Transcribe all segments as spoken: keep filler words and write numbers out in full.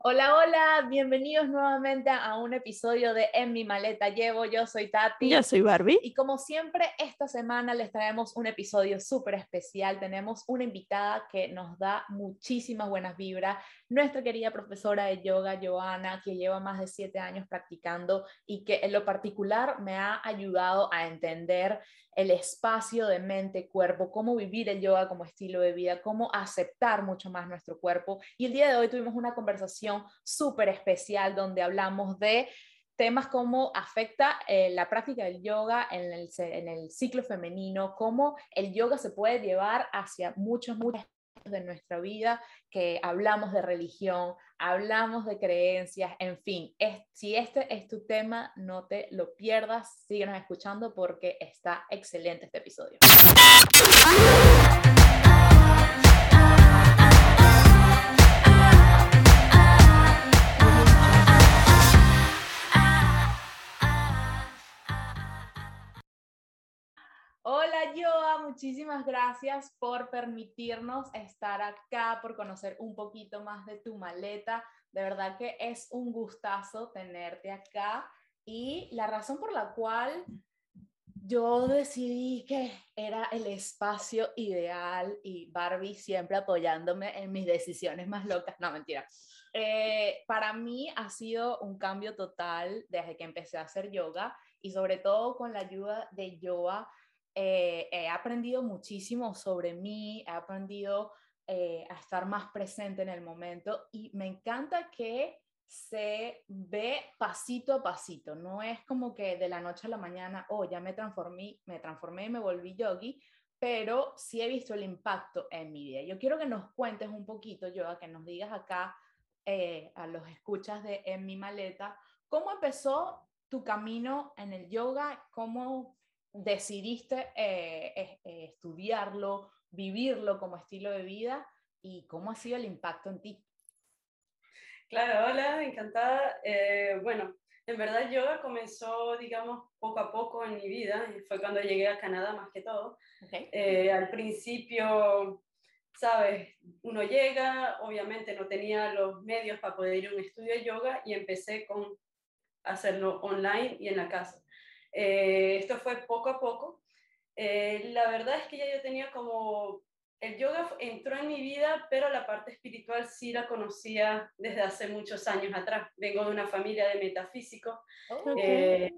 Hola, hola, bienvenidos nuevamente a un episodio de En mi maleta llevo. Yo soy Tati. Yo soy Barbie. Y como siempre, esta semana les traemos un episodio súper especial. Tenemos una invitada que nos da muchísimas buenas vibras. Nuestra querida profesora de yoga, Joana, que lleva más de siete años practicando y que en lo particular me ha ayudado a entender el espacio de mente, cuerpo, cómo vivir el yoga como estilo de vida, cómo aceptar mucho más nuestro cuerpo. Y el día de hoy tuvimos una conversación súper especial donde hablamos de temas como afecta eh, la práctica del yoga en el, en el ciclo femenino, cómo el yoga se puede llevar hacia muchos, muchos de nuestra vida, que hablamos de religión, hablamos de creencias, en fin, es, si este es tu tema, no te lo pierdas, síguenos escuchando porque está excelente este episodio. Hola, Joa, muchísimas gracias por permitirnos estar acá, por conocer un poquito más de tu maleta. De verdad que es un gustazo tenerte acá y la razón por la cual yo decidí que era el espacio ideal y Barbie siempre apoyándome en mis decisiones más locas, no, mentira. Eh, para mí ha sido un cambio total desde que empecé a hacer yoga y sobre todo con la ayuda de Joa. Eh, he aprendido muchísimo sobre mí, he aprendido eh, a estar más presente en el momento y me encanta que se ve pasito a pasito, no es como que de la noche a la mañana, oh, ya me transformé, me transformé y me volví yogi, pero sí he visto el impacto en mi vida. Yo quiero que nos cuentes un poquito, Yoga, que nos digas acá eh, a los escuchas de En mi maleta, ¿cómo empezó tu camino en el yoga? ¿Cómo decidiste eh, eh, eh, estudiarlo, vivirlo como estilo de vida y cómo ha sido el impacto en ti? Claro, hola, encantada. Eh, bueno, en verdad yoga comenzó, digamos, poco a poco en mi vida, y fue cuando llegué a Canadá más que todo. Okay. Eh, al principio, sabes, uno llega, obviamente no tenía los medios para poder ir a un estudio de yoga y empecé con hacerlo online y en la casa. Eh, esto fue poco a poco. Eh, la verdad es que ya yo tenía como el yoga entró en mi vida, pero la parte espiritual sí la conocía desde hace muchos años atrás. Vengo de una familia de metafísicos. Oh. Eh,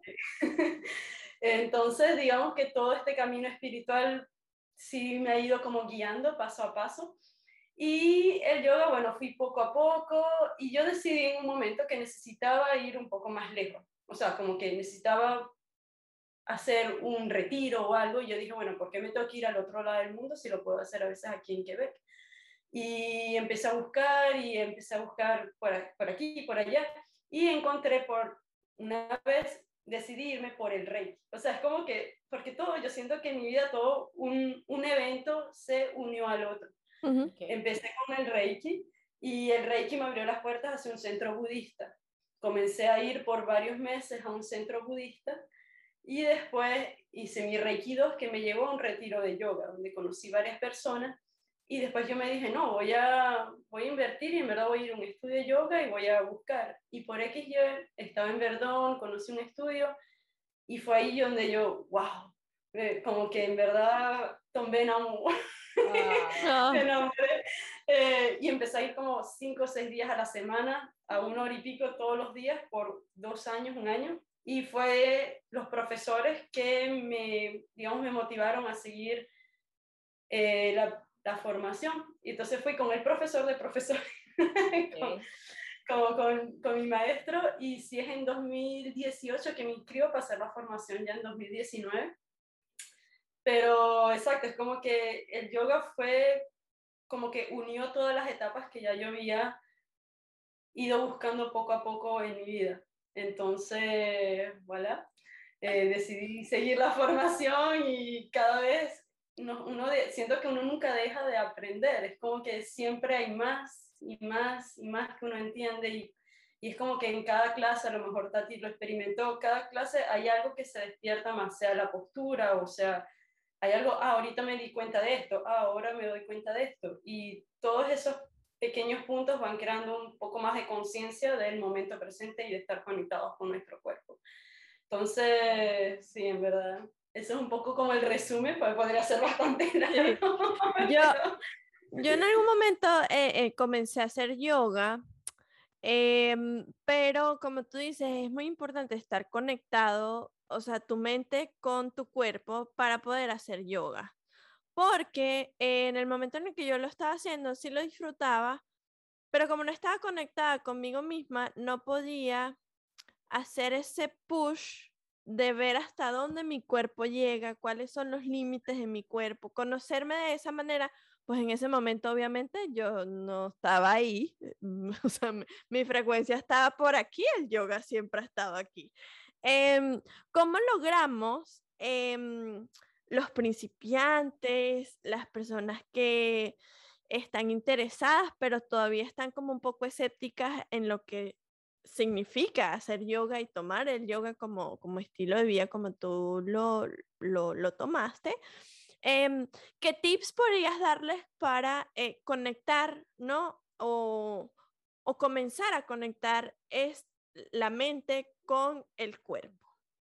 entonces, digamos que todo este camino espiritual sí me ha ido como guiando paso a paso. Y el yoga, bueno, fui poco a poco y yo decidí en un momento que necesitaba ir un poco más lejos. O sea, como que necesitaba hacer un retiro o algo, y yo dije, bueno, ¿por qué me tengo que ir al otro lado del mundo si lo puedo hacer a veces aquí en Quebec? Y empecé a buscar y empecé a buscar por, por aquí y por allá, y encontré por una vez decidirme por el Reiki. O sea, es como que, porque todo, yo siento que en mi vida todo un, un evento se unió al otro. Uh-huh. Okay. Empecé con el Reiki y el Reiki me abrió las puertas hacia un centro budista. Comencé a ir por varios meses a un centro budista. Y después hice mi Reiki dos, que me llevó a un retiro de yoga, donde conocí varias personas. Y después yo me dije, no, voy a, voy a invertir y en verdad voy a ir a un estudio de yoga y voy a buscar. Y por X yo estaba en Verdón, conocí un estudio y fue ahí donde yo, wow, como que en verdad tomé enamoré. Ah. Me enamoré. Eh, y empecé a ir como cinco o seis días a la semana, a una hora y pico todos los días por dos años, un año. Y fue los profesores que me, digamos, me motivaron a seguir eh, la, la formación. Y entonces fui con el profesor de profesores, Okay. con, como con, con mi maestro, y si es en dos mil dieciocho que me inscribo para hacer la formación ya en dos mil diecinueve. Pero exacto, es como que el yoga fue como que unió todas las etapas que ya yo había ido buscando poco a poco en mi vida. Entonces, voilà, eh, decidí seguir la formación y cada vez uno, uno de, siento que uno nunca deja de aprender, es como que siempre hay más y más y más que uno entiende, y, y es como que en cada clase, a lo mejor Tati lo experimentó, cada clase hay algo que se despierta más, sea la postura, o sea, hay algo, ah, ahorita me di cuenta de esto, ah, ahora me doy cuenta de esto, y todos esos pequeños puntos van creando un poco más de conciencia del momento presente y de estar conectados con nuestro cuerpo. Entonces, sí, en verdad, eso es un poco como el resumen, pues podría ser bastante largo. Sí. Yo, yo en algún momento eh, eh, comencé a hacer yoga, eh, pero como tú dices, es muy importante estar conectado, o sea, tu mente con tu cuerpo para poder hacer yoga. Porque eh, en el momento en el que yo lo estaba haciendo, sí lo disfrutaba, pero como no estaba conectada conmigo misma, no podía hacer ese push de ver hasta dónde mi cuerpo llega, cuáles son los límites de mi cuerpo, conocerme de esa manera, pues en ese momento obviamente yo no estaba ahí, o sea, mi, mi frecuencia estaba por aquí, el yoga siempre ha estado aquí. Eh, ¿Cómo logramos eh, los principiantes, las personas que están interesadas, pero todavía están como un poco escépticas en lo que significa hacer yoga y tomar el yoga como, como estilo de vida, como tú lo, lo, lo tomaste? Eh, ¿Qué tips podrías darles para eh, conectar, ¿no? O, o comenzar a conectar es la mente con el cuerpo.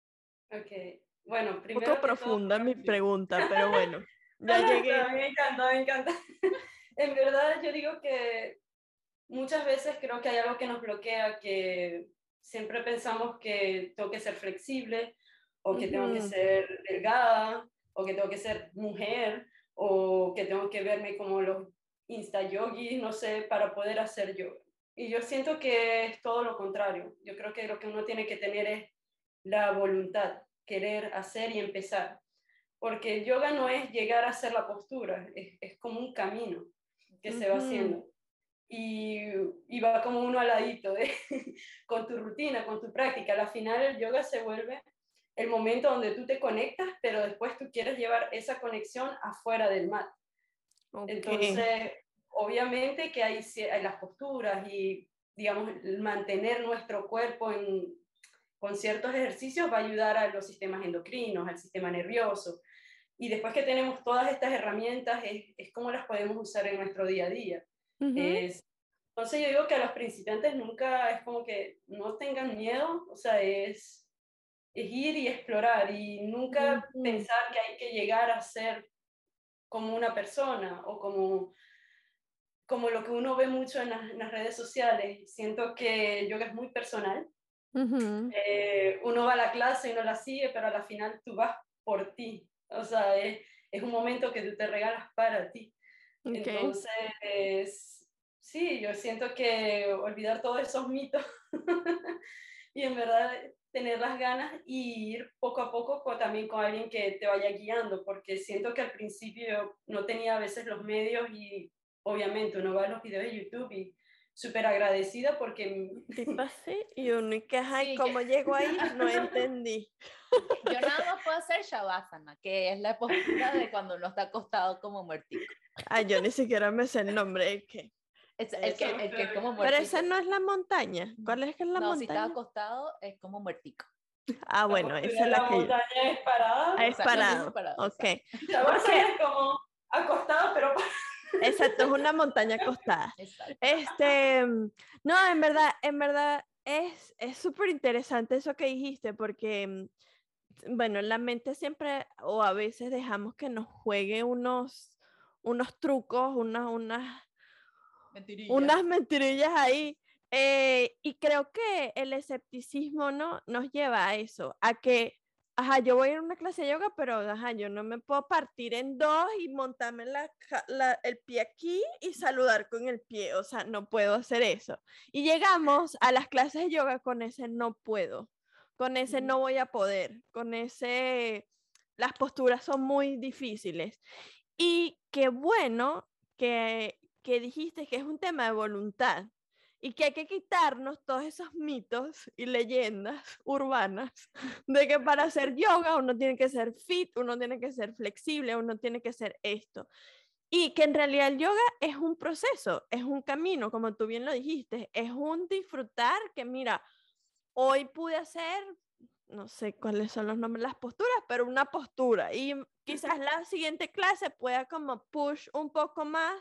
Ok, bueno, Un primero poco que todo... profunda mi pregunta, pero bueno, ya No, no, llegué. me encanta, me encanta. En verdad, yo digo que muchas veces creo que hay algo que nos bloquea, que siempre pensamos que tengo que ser flexible, o que tengo que Uh-huh. ser delgada, o que tengo que ser mujer, o que tengo que verme como los insta yogis, no sé, para poder hacer yoga. Y yo siento que es todo lo contrario. Yo creo que lo que uno tiene que tener es la voluntad, querer hacer y empezar. Porque el yoga no es llegar a hacer la postura, es, es como un camino que se va Uh-huh. haciendo. Y, y va como uno al ladito, ¿eh? Con tu rutina, con tu práctica. Al final el yoga se vuelve el momento donde tú te conectas, pero después tú quieres llevar esa conexión afuera del mat. Okay. Entonces, obviamente que hay, hay las posturas y, digamos, mantener nuestro cuerpo en, con ciertos ejercicios va a ayudar a los sistemas endocrinos, al sistema nervioso. Y después que tenemos todas estas herramientas, es, es cómo las podemos usar en nuestro día a día. Uh-huh. Es, entonces yo digo que a los principiantes nunca es como que no tengan miedo, o sea, es, es ir y explorar y nunca Uh-huh. pensar que hay que llegar a ser como una persona o como, como lo que uno ve mucho en las, en las redes sociales. Siento que el yoga es muy personal. Uh-huh. Eh, uno va a la clase y uno la sigue, pero a la final tú vas por ti. O sea, es, es un momento que tú te regalas para ti. Okay. Entonces, sí, yo siento que olvidar todos esos mitos y en verdad tener las ganas y ir poco a poco con, también con alguien que te vaya guiando, porque siento que al principio no tenía a veces los medios y obviamente uno va a los videos de YouTube y súper agradecida porque... Tipo así, y uno y que, ay, Sí, ¿cómo yo- llego ahí? No entendí. Yo nada más puedo hacer Shavasana, que es la postura de cuando uno está acostado como muertico. Ay, yo ni siquiera me sé el nombre, ¿el qué? Es el, Eso, que, el que es como Pero muertico. esa no es la montaña. ¿Cuál es que es la No, si está montaña? acostado es como muertico. Ah, la bueno, postura esa de es la la que yo. montaña es parada. Ah, O es sea, lo mismo parado. para... O Ok. sea, Shavasana Porque, es como acostado, pero exacto, es una montaña acostada. exacto. Este, no, en verdad, en verdad es es súper interesante eso que dijiste, porque, bueno, la mente siempre, o a veces dejamos que nos juegue unos, unos trucos, unas, unas Mentirillas. unas mentirillas ahí. Eh, y creo que el escepticismo, ¿no? Nos lleva a eso, a que, ajá, yo voy a ir a una clase de yoga, pero ajá, yo no me puedo partir en dos y montarme la, la, el pie aquí y saludar con el pie, o sea, no puedo hacer eso. Y llegamos a las clases de yoga con ese no puedo, con ese no voy a poder, con ese, las posturas son muy difíciles. Y qué bueno que, que dijiste que es un tema de voluntad y que hay que quitarnos todos esos mitos y leyendas urbanas de que para hacer yoga uno tiene que ser fit, uno tiene que ser flexible, uno tiene que ser esto. Y que en realidad el yoga es un proceso, es un camino, como tú bien lo dijiste, es un disfrutar que mira, hoy pude hacer, no sé cuáles son los nombres de las posturas, pero una postura. Y quizás la siguiente clase pueda como push un poco más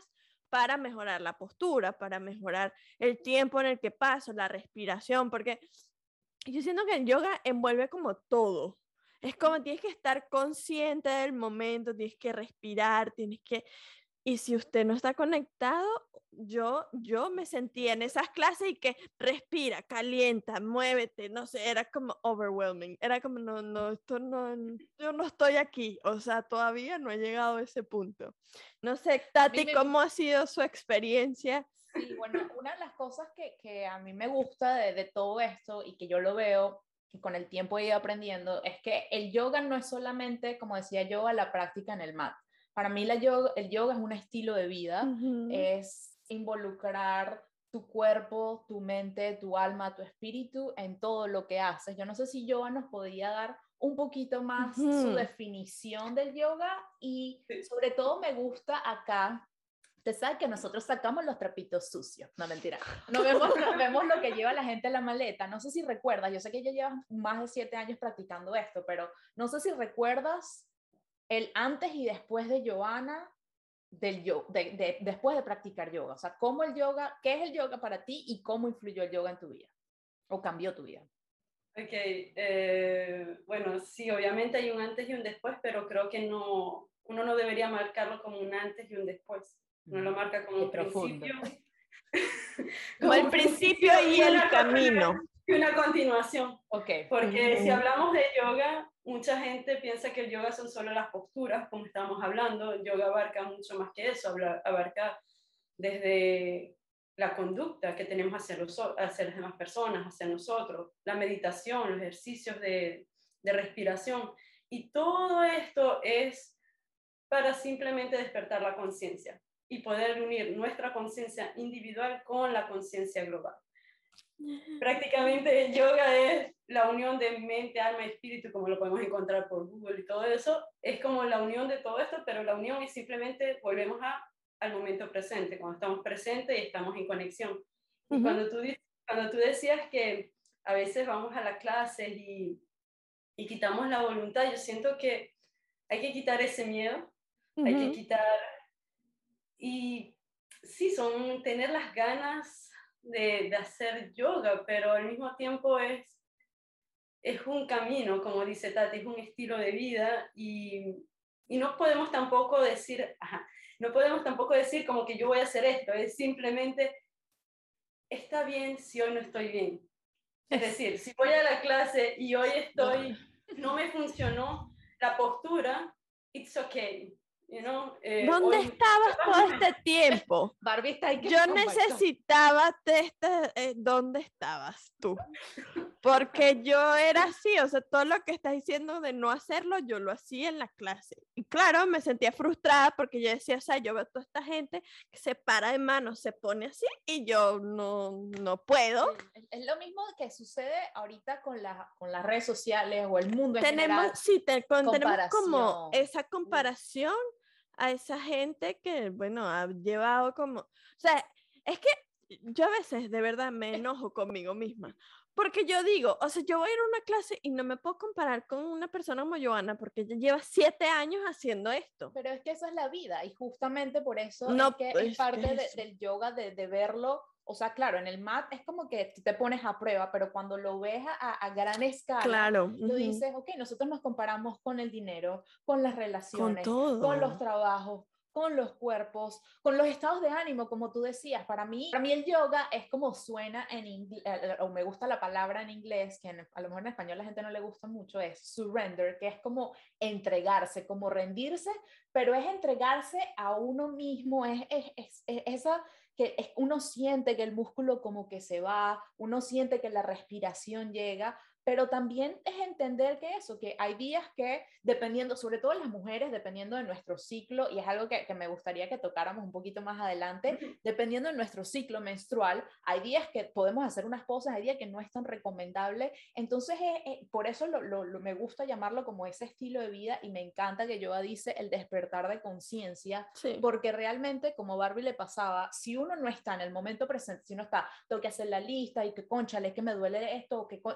para mejorar la postura, para mejorar el tiempo en el que paso, la respiración, porque yo siento que el yoga envuelve como todo. Es como tienes que estar consciente del momento, tienes que respirar, tienes que... Y si usted no está conectado, yo, yo me sentía en esas clases y que respira, calienta, muévete, no sé, era como overwhelming, era como, no, no, esto no, yo no estoy aquí, o sea, todavía no he llegado a ese punto. No sé, Tati, me... ¿cómo ha sido su experiencia? Sí, bueno, una de las cosas que, que a mí me gusta de, de todo esto y que yo lo veo, que con el tiempo he ido aprendiendo, es que el yoga no es solamente, como decía yo, la práctica en el mat. Para mí la yoga, el yoga es un estilo de vida, Uh-huh. es involucrar tu cuerpo, tu mente, tu alma, tu espíritu en todo lo que haces. Yo no sé si yoga nos podría dar un poquito más Uh-huh. su definición del yoga y sobre todo me gusta acá. Usted sabe que nosotros sacamos los trapitos sucios, no mentira, no vemos, no vemos lo que lleva la gente en la maleta, no sé si recuerdas, yo sé que ya llevas más de siete años practicando esto, pero no sé si recuerdas el antes y después de Johanna, del yo, de, de, después de practicar yoga, o sea, cómo el yoga, qué es el yoga para ti y cómo influyó el yoga en tu vida, o cambió tu vida. Ok, eh, bueno, sí, obviamente hay un antes y un después, pero creo que no, uno no debería marcarlo como un antes y un después. Uno lo marca como Qué un profundo. principio. Como el principio y el una, camino. Y una continuación. Okay. Porque Uh-huh. si hablamos de yoga, mucha gente piensa que el yoga son solo las posturas, como estábamos hablando. El yoga abarca mucho más que eso, abarca desde la conducta que tenemos hacia, los, hacia las demás personas, hacia nosotros, la meditación, los ejercicios de, de respiración. Y todo esto es para simplemente despertar la conciencia y poder unir nuestra conciencia individual con la conciencia global. Prácticamente el yoga es la unión de mente, alma y espíritu, como lo podemos encontrar por Google y todo eso. Es como la unión de todo esto, pero la unión es simplemente, volvemos a, al momento presente, cuando estamos presentes y estamos en conexión. Y uh-huh. cuando, tú, cuando tú decías que a veces vamos a la clase y, y quitamos la voluntad, yo siento que hay que quitar ese miedo, uh-huh. hay que quitar... Y sí, son tener las ganas de, de hacer yoga, pero al mismo tiempo es, es un camino, como dice Tati, es un estilo de vida y, y no podemos tampoco decir, ajá, no podemos tampoco decir como que yo voy a hacer esto, es simplemente, está bien si hoy no estoy bien. Es decir, si voy a la clase y hoy estoy, no me funcionó la postura, it's okay. You know, eh, ¿Dónde hoy... estabas todo este tiempo? Barbie está ahí que Yo necesitaba test, eh, ¿dónde estabas tú? Porque yo era así, o sea, todo lo que estás diciendo de no hacerlo, yo lo hacía en la clase. Y claro, me sentía frustrada porque yo decía, o sea, yo veo toda esta gente que se para de manos, se pone así y yo no, no puedo. Sí, es lo mismo que sucede ahorita con, la, con las redes sociales o el mundo en tenemos, general. Sí, te, con, tenemos como esa comparación a esa gente que, bueno, ha llevado como, o sea, es que yo a veces de verdad me enojo conmigo misma, porque yo digo, o sea, yo voy a ir a una clase y no me puedo comparar con una persona como Johanna, porque ella lleva siete años haciendo esto. Pero es que esa es la vida, y justamente por eso no, es que es, es parte que es de, del yoga, de, de verlo, o sea, claro, en el mat es como que te pones a prueba, pero cuando lo ves a, a gran escala, claro. tú uh-huh. dices, ok, nosotros nos comparamos con el dinero, con las relaciones, con, todo. con los trabajos, con los cuerpos, con los estados de ánimo, como tú decías. Para mí, para mí el yoga es como suena en inglés, o me gusta la palabra en inglés, que en, a lo mejor en español a la gente no le gusta mucho, es surrender, que es como entregarse, como rendirse, pero es entregarse a uno mismo, es, es, es, es esa... que es, uno siente que el músculo como que se va, uno siente que la respiración llega, pero también es entender que eso, que hay días que dependiendo, sobre todo las mujeres, dependiendo de nuestro ciclo, y es algo que, que me gustaría que tocáramos un poquito más adelante, dependiendo de nuestro ciclo menstrual, hay días que podemos hacer unas cosas, hay días que no es tan recomendable, entonces eh, eh, por eso lo, lo, lo, me gusta llamarlo como ese estilo de vida, y me encanta que Yoga dice el despertar de conciencia, sí. porque realmente, como Barbie le pasaba, si uno no está en el momento presente, si uno está, tengo que hacer la lista, y que cónchale, que me duele esto, o que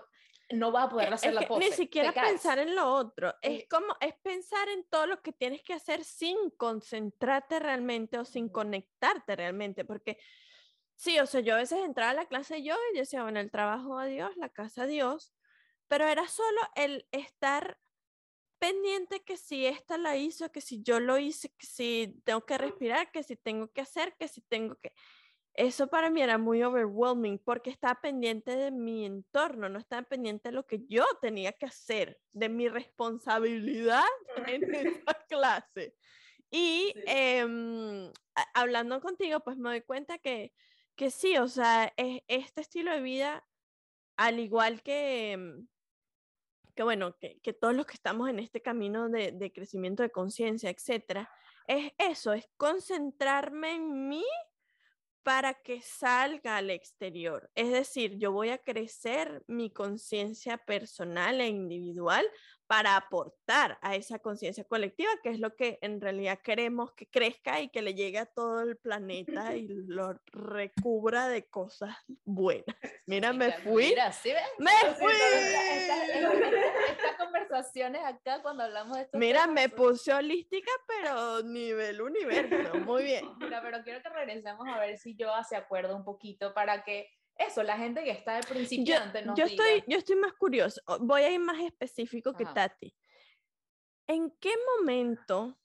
no vas a poder Es hacer la que pose. ni siquiera te caes. pensar en lo otro, es Eh, como, es pensar en todo lo que tienes que hacer sin concentrarte realmente o sin Ujú. conectarte realmente, porque sí, o sea, yo a veces entraba a la clase de yoga y yo decía, bueno, el trabajo a Dios, la casa a Dios, pero era solo el estar pendiente que si esta la hizo, que si yo lo hice, que si tengo que respirar, que si tengo que hacer, que si tengo que... Eso para mí era muy overwhelming porque estaba pendiente de mi entorno, no estaba pendiente de lo que yo tenía que hacer, de mi responsabilidad en esa clase. Y Sí. em, a- hablando contigo, pues me doy cuenta que, que sí, o sea, es- este estilo de vida, al igual que, em, que bueno, que, que todos los que estamos en este camino de, de crecimiento de conciencia, etcétera, es eso, es concentrarme en mí para que salga al exterior. Es decir, yo voy a crecer mi conciencia personal e individual para aportar a esa conciencia colectiva, que es lo que en realidad queremos que crezca y que le llegue a todo el planeta y lo recubra de cosas buenas. Mira, me fui. Mira, ¿sí ves? ¡Me fui! Esta- esta- esta- Estas conversaciones acá cuando hablamos de estos Mira, temas me son- puse holística, pero nivel universo. Muy bien. Mira, pero quiero que regresemos a ver si yo se acuerdo un poquito para que eso, la gente que está de Yo, principiante nos yo, diga. estoy, yo estoy más curioso. Voy a ir más específico que Ajá. Tati. ¿En qué momento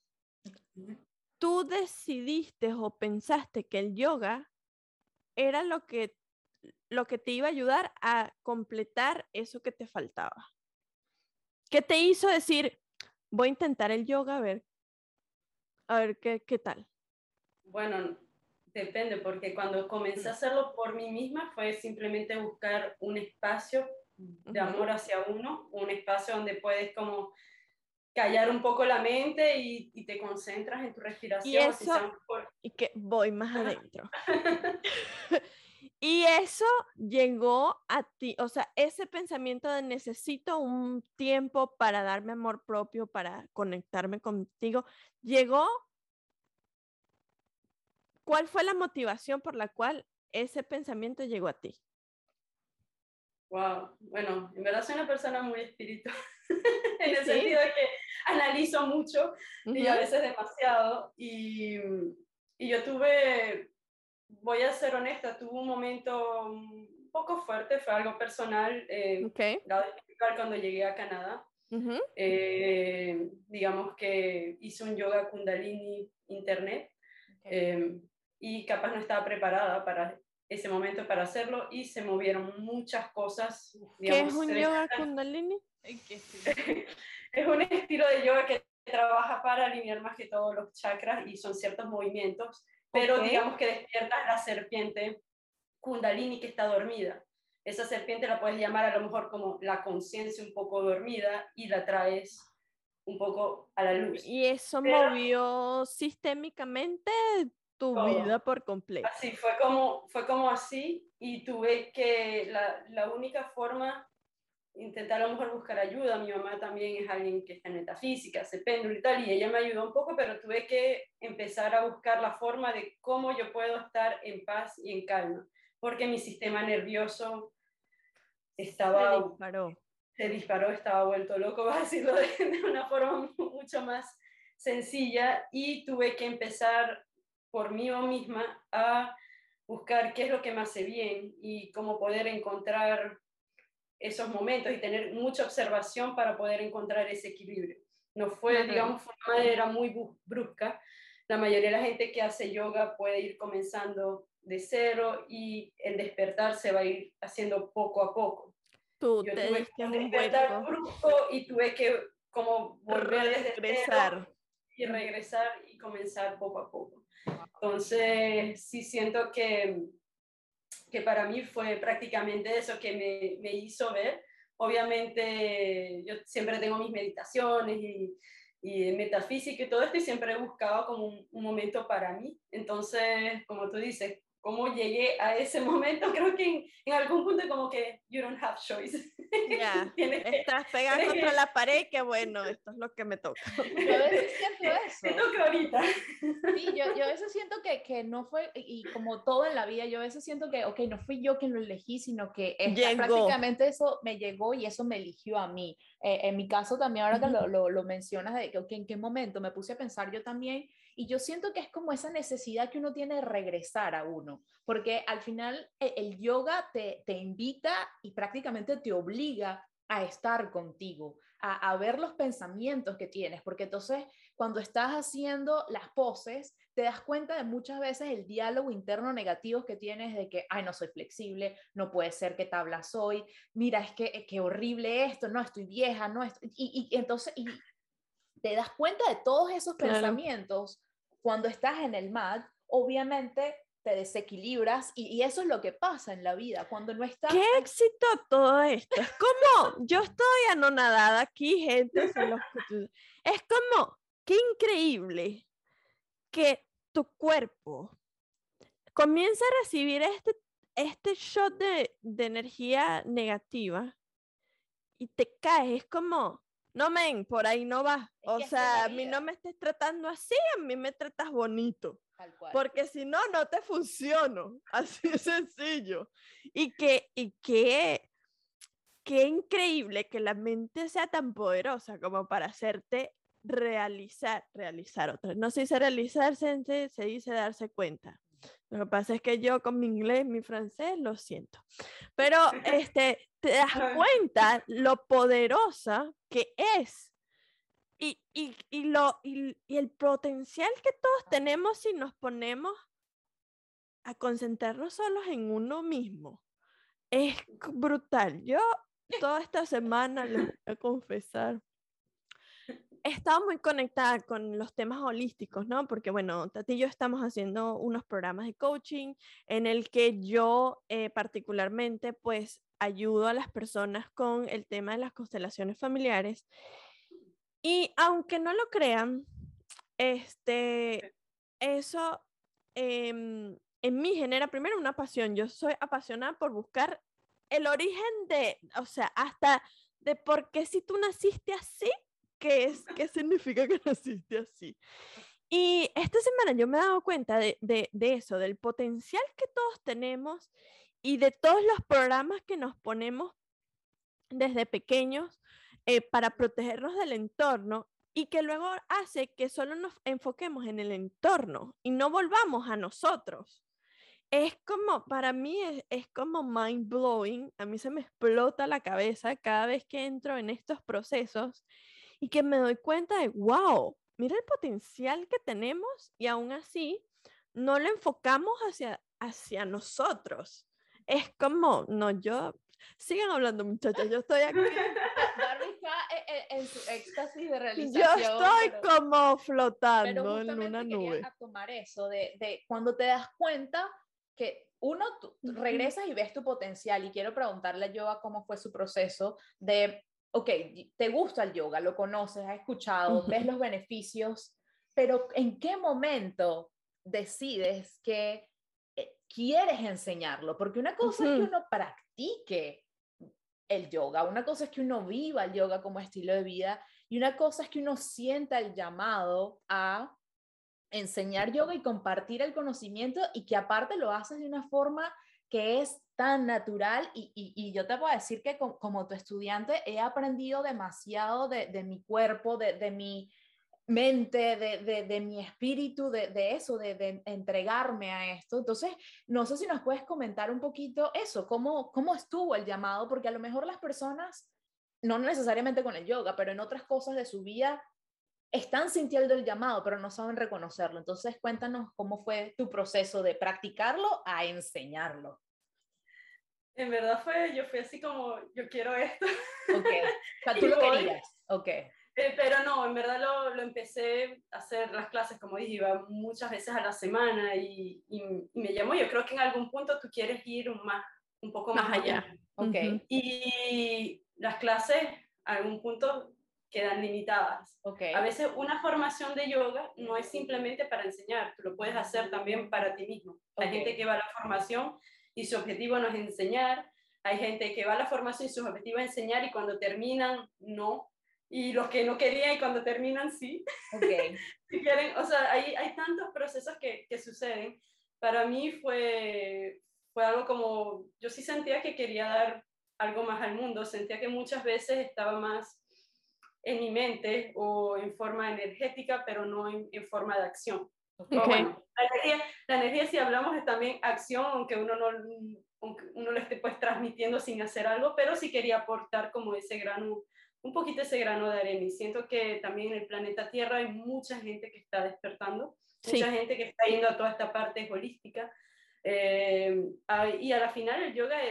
tú decidiste o pensaste que el yoga era lo que, lo que te iba a ayudar a completar eso que te faltaba? ¿Qué te hizo decir, voy a intentar el yoga a ver, a ver qué, qué tal? Bueno, depende, porque cuando comencé a hacerlo por mí misma fue simplemente buscar un espacio de amor Ujú. hacia uno, un espacio donde puedes como callar un poco la mente y, y te concentras en tu Y respiración, así eso, sea por... y que voy más adentro. Y eso llegó a ti, o sea, ese pensamiento de necesito un tiempo para darme amor propio, para conectarme contigo, llegó. ¿Cuál fue la motivación por la cual ese pensamiento llegó a ti? Wow, bueno, en verdad soy una persona muy espiritual, en Sí, el sí. sentido de que analizo mucho y a Ujú. veces demasiado. Y, y yo tuve, voy a ser honesta, tuve un momento un poco fuerte, fue algo personal, eh, Ok. grado espiritual cuando llegué a Canadá. Ujú. Eh, digamos que hice un yoga kundalini internet Okay. eh, y capaz no estaba preparada para ese momento para hacerlo y se movieron muchas cosas, ¿Qué es digamos, un se yoga despertan. kundalini? Ay, qué sí. Es un estilo de yoga que trabaja para alinear más que todos los chakras y son ciertos movimientos, pero Ok. digamos que despiertas la serpiente kundalini que está dormida. Esa serpiente la puedes llamar a lo mejor como la conciencia un poco dormida y la traes un poco a la luz. Y eso Pero movió sistémicamente tu vida todo. por completo. Así, fue como, fue como así y tuve que, la, la única forma, intentar a lo mejor buscar ayuda, mi mamá también es alguien que está en metafísica, hace péndulo y tal, y ella me ayudó un poco, pero tuve que empezar a buscar la forma de cómo yo puedo estar en paz y en calma, porque mi sistema nervioso Se estaba, disparó. se disparó, estaba vuelto loco, va a decirlo de, de una forma mucho más sencilla, y tuve que empezar por mí misma a buscar qué es lo que me hace bien y cómo poder encontrar esos momentos y tener mucha observación para poder encontrar ese equilibrio. No fue, Claro. digamos, una manera muy brusca. La mayoría de la gente que hace yoga puede ir comenzando de cero y el despertar se va a ir haciendo poco a poco. Tú Yo te tuve diste un un despertar vuelco. brusco y tuve que como volver desde cero Regresar. y regresar y comenzar poco a poco. Entonces, sí siento que, que para mí fue prácticamente eso que me, me hizo ver. Obviamente, yo siempre tengo mis meditaciones y, y metafísica y todo esto, y siempre he buscado como un, un momento para mí. Entonces, como tú dices, cómo llegué a ese momento, creo que en, en algún punto como que you don't have choice. Ya, Tienes que, estás pegada tienes contra que- la pared, que bueno, esto es lo que me toca. Yo a veces siento Te eso. toca ahorita. Sí, yo, yo a veces siento que, que no fue, y como todo en la vida, yo a veces siento que, ok, no fui yo quien lo elegí, sino que esta, Llegó. prácticamente eso me llegó y eso me eligió a mí. Eh, en mi caso también, ahora que Ujú. lo, lo, lo mencionas, de que, ok, en qué momento me puse a pensar yo también, y yo siento que es como esa necesidad que uno tiene de regresar a uno, porque al final el, el yoga te, te invita y prácticamente te obliga a estar contigo, a, a ver los pensamientos que tienes, porque entonces cuando estás haciendo las poses, te das cuenta de muchas veces el diálogo interno negativo que tienes de que, ay, no soy flexible, no puede ser, qué tabla soy, mira, es que qué horrible esto, no, estoy vieja, no, estoy... Y, y entonces y te das cuenta de todos esos Claro. pensamientos cuando estás en el mat, obviamente te desequilibras y, y eso es lo que pasa en la vida, cuando no estás... ¡Qué éxito todo esto! Es como, yo estoy anonadada aquí, gente, se los- es como, qué increíble que tu cuerpo comienza a recibir este, este shot de, de energía negativa y te caes, es como, no, men, por ahí no va. Es O que así es sea, la a mí no vida. me estés tratando así, a mí me tratas bonito. Tal cual. Porque si no, no te funciono. Así de sencillo. Y que, y que, qué increíble que la mente sea tan poderosa como para hacerte realizar, realizar otra. No se dice realizarse, se, se dice darse cuenta. Lo que pasa es que yo con mi inglés, mi francés, lo siento. Pero este, te das cuenta lo poderosa que es y, y, y, lo, y, y el potencial que todos tenemos si nos ponemos a concentrarnos solos en uno mismo. Es brutal. Yo toda esta semana, les voy a confesar, he estado muy conectada con los temas holísticos, ¿no? Porque, bueno, Tati y yo estamos haciendo unos programas de coaching en el que yo eh, particularmente, pues, ayudo a las personas con el tema de las constelaciones familiares. Y aunque no lo crean, este, eso eh, en mí genera primero una pasión. Yo soy apasionada por buscar el origen de, o sea, hasta de por qué si tú naciste así, ¿qué es? ¿Qué significa que naciste así? Y esta semana yo me he dado cuenta de, de, de eso, del potencial que todos tenemos y de todos los programas que nos ponemos desde pequeños eh, para protegernos del entorno y que luego hace que solo nos enfoquemos en el entorno y no volvamos a nosotros. Es como, para mí es, es como mind blowing, a mí se me explota la cabeza cada vez que entro en estos procesos y que me doy cuenta de, wow, mira el potencial que tenemos y aún así no lo enfocamos hacia, hacia nosotros. Es como, no, yo, sigan hablando muchachas, yo estoy aquí. Barbie está en, en su éxtasis de Yo realización. estoy pero, como pero flotando en justamente una quería nube. a tomar eso, de, de cuando te das cuenta que uno, tú, tú regresas y ves tu potencial, y quiero preguntarle a Yoga cómo fue su proceso de, ok, te gusta el yoga, lo conoces, has escuchado, ves los beneficios, pero ¿en qué momento decides que eh, quieres enseñarlo? Porque una cosa es que uno practique el yoga, una cosa es que uno viva el yoga como estilo de vida, y una cosa es que uno sienta el llamado a enseñar yoga y compartir el conocimiento, y que aparte lo haces de una forma que es tan natural. Y, y, y yo te puedo decir que como, como tu estudiante he aprendido demasiado de, de mi cuerpo, de, de mi mente, de, de, de mi espíritu, de, de eso, de, de entregarme a esto. Entonces, no sé si nos puedes comentar un poquito eso, cómo, cómo estuvo el llamado, porque a lo mejor las personas, no necesariamente con el yoga, pero en otras cosas de su vida, están sintiendo el llamado, pero no saben reconocerlo. Entonces, cuéntanos cómo fue tu proceso de practicarlo a enseñarlo. En verdad fue, yo fui así como, yo quiero esto. Ok, o sea, tú Y lo voy. querías, ok. Eh, pero no, en verdad lo, lo empecé a hacer las clases, como dije, iba muchas veces a la semana y, y, y me llamó. Yo creo que en algún punto tú quieres ir un, más, un poco más, más allá. allá. Ok. Uh-huh. Y las clases a algún punto quedan limitadas. Okay. A veces una formación de yoga no es simplemente para enseñar, tú lo puedes hacer también para ti mismo. Okay. Hay gente que va a la formación y su objetivo no es enseñar, hay gente que va a la formación y sus objetivos es enseñar y cuando terminan, no. Y los que no querían y cuando terminan, sí. Okay. Si quieren, o sea, hay, hay tantos procesos que, que suceden. Para mí fue, fue algo como, yo sí sentía que quería dar algo más al mundo, sentía que muchas veces estaba más en mi mente o en forma energética, pero no en, en forma de acción. Okay. O bueno, la energía, la energía, si hablamos, es también acción, aunque uno no aunque uno lo esté pues transmitiendo sin hacer algo, pero sí quería aportar como ese grano, un poquito ese grano de arena. Y siento que también en el planeta Tierra hay mucha gente que está despertando, sí. Mucha gente que está yendo a toda esta parte holística. Eh, y a la final el yoga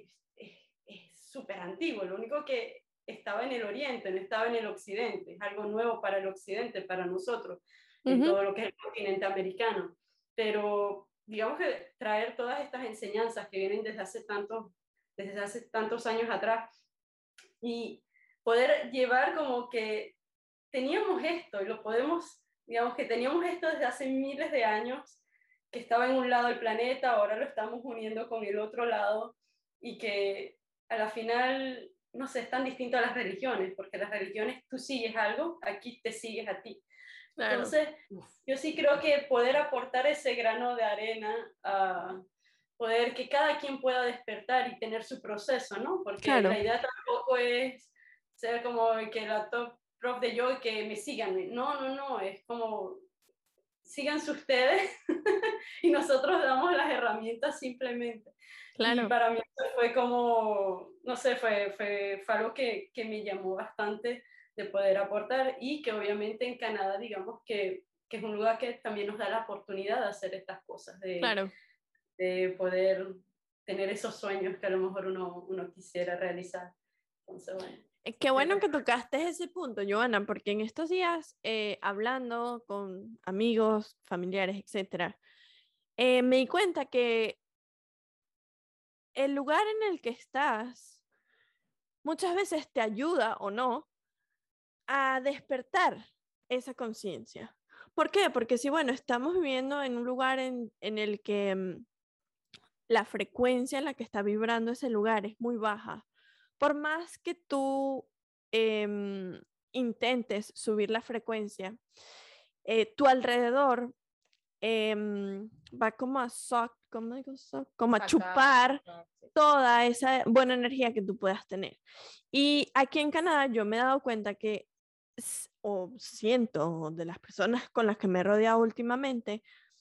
es súper antiguo, lo único que estaba en el oriente, no estaba en el occidente, es algo nuevo para el occidente, para nosotros, uh-huh. En todo lo que es el continente americano. Pero digamos que traer todas estas enseñanzas que vienen desde hace tantos, desde hace tantos años atrás y poder llevar como que teníamos esto y lo podemos, digamos que teníamos esto desde hace miles de años, que estaba en un lado del planeta, ahora lo estamos uniendo con el otro lado y que a la final, no sé, es tan distinto a las religiones, porque las religiones tú sigues algo, aquí te sigues a ti. Claro. Entonces, yo sí creo que poder aportar ese grano de arena, a poder que cada quien pueda despertar y tener su proceso, ¿no? Porque claro. La idea tampoco es ser como que la top prof de yoga que me sigan. No, no, no, es como síganse ustedes y nosotros damos las herramientas simplemente. Claro. Y para mí fue como, no sé, fue, fue, fue algo que, que me llamó bastante de poder aportar y que obviamente en Canadá, digamos que, que es un lugar que también nos da la oportunidad de hacer estas cosas, de, claro. de poder tener esos sueños que a lo mejor uno, uno quisiera realizar. Entonces, bueno. Qué bueno que tocaste ese punto, Joana, porque en estos días, eh, hablando con amigos, familiares, etcétera, eh, me di cuenta que el lugar en el que estás muchas veces te ayuda o no a despertar esa conciencia. ¿Por qué? Porque si, bueno, estamos viviendo en un lugar en, en el que um, la frecuencia en la que está vibrando ese lugar es muy baja, por más que tú eh, intentes subir la frecuencia, eh, tu alrededor eh, va como a suck, ¿cómo digo suck? Como a chupar toda esa buena energía que tú puedas tener. Y aquí en Canadá yo me he dado cuenta que, o siento de las personas con las que me he rodeado últimamente,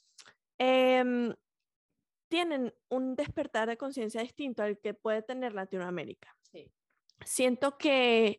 eh, tienen un despertar de conciencia distinto al que puede tener Latinoamérica. Sí. Siento que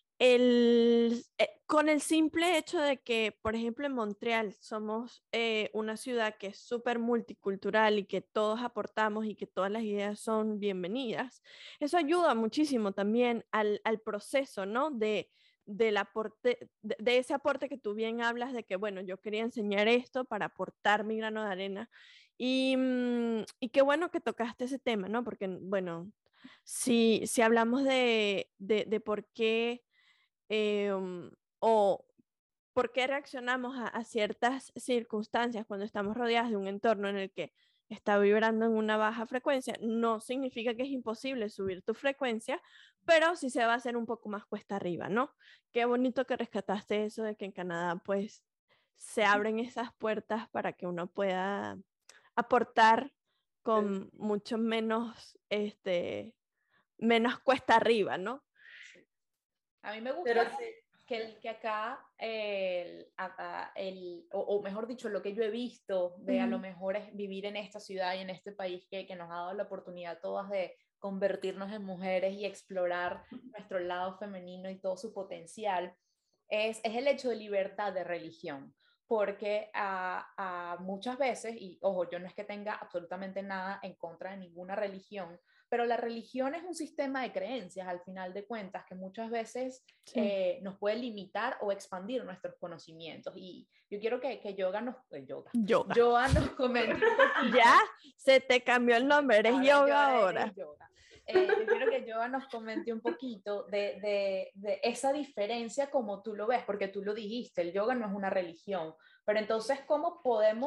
el, eh, con el simple hecho de que, por ejemplo, en Montreal somos eh, una ciudad que es súper multicultural y que todos aportamos y que todas las ideas son bienvenidas, eso ayuda muchísimo también al, al proceso, ¿no? De, del aporte, de, de ese aporte que tú bien hablas de que, bueno, yo quería enseñar esto para aportar mi grano de arena. Y, y qué bueno que tocaste ese tema, ¿no? Porque, bueno, si, si hablamos de, de, de por qué eh, o por qué reaccionamos a, a ciertas circunstancias cuando estamos rodeados de un entorno en el que está vibrando en una baja frecuencia, no significa que es imposible subir tu frecuencia, pero sí se va a hacer un poco más cuesta arriba, ¿no? Qué bonito que rescataste eso de que en Canadá pues se abren esas puertas para que uno pueda aportar con sí. mucho menos, este, menos cuesta arriba, ¿no? A mí me gusta Pero, sí. que, el, que acá, el, acá el, o, o mejor dicho, lo que yo he visto de uh-huh. a lo mejor es vivir en esta ciudad y en este país que, que nos ha dado la oportunidad todas de convertirnos en mujeres y explorar nuestro lado femenino y todo su potencial, es, es el hecho de libertad de religión. Porque a, a muchas veces, y ojo, yo no es que tenga absolutamente nada en contra de ninguna religión, pero la religión es un sistema de creencias, al final de cuentas, que muchas veces sí. eh, nos puede limitar o expandir nuestros conocimientos. Y yo quiero que, que Yoga nos... Eh, yoga. Yoga. Yoga nos comente un poquito. Ya, se te cambió el nombre, eres ahora yoga ahora. Eres yoga. Eh, yo quiero que Yoga nos comente un poquito de, de, de esa diferencia como tú lo ves, porque tú lo dijiste, el yoga no es una religión, pero entonces, ¿cómo podemos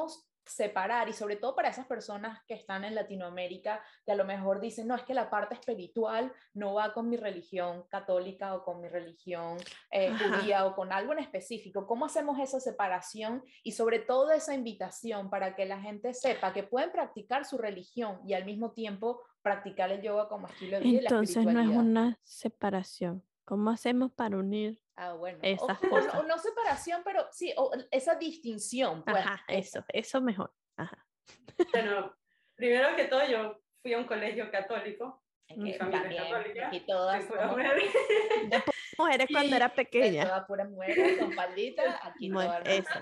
separar, y sobre todo para esas personas que están en Latinoamérica, que a lo mejor dicen, no, es que la parte espiritual no va con mi religión católica o con mi religión eh, judía o con algo en específico. ¿Cómo hacemos esa separación y sobre todo esa invitación para que la gente sepa que pueden practicar su religión y al mismo tiempo practicar el yoga como estilo de vida? Entonces y la espiritualidad? no es una separación. ¿Cómo hacemos para unir Ah, bueno. esas o, cosas? O, o no separación, pero sí, o esa distinción. Pues, Ajá, eso, eso mejor. Ajá. Bueno, primero que todo, yo fui a un colegio católico. Es Mi que familia también, es católica. aquí todas de pura somos mujer. De mujeres cuando Y- era de pequeña. todas puras mujeres con faldita, aquí Muy- todas. eso.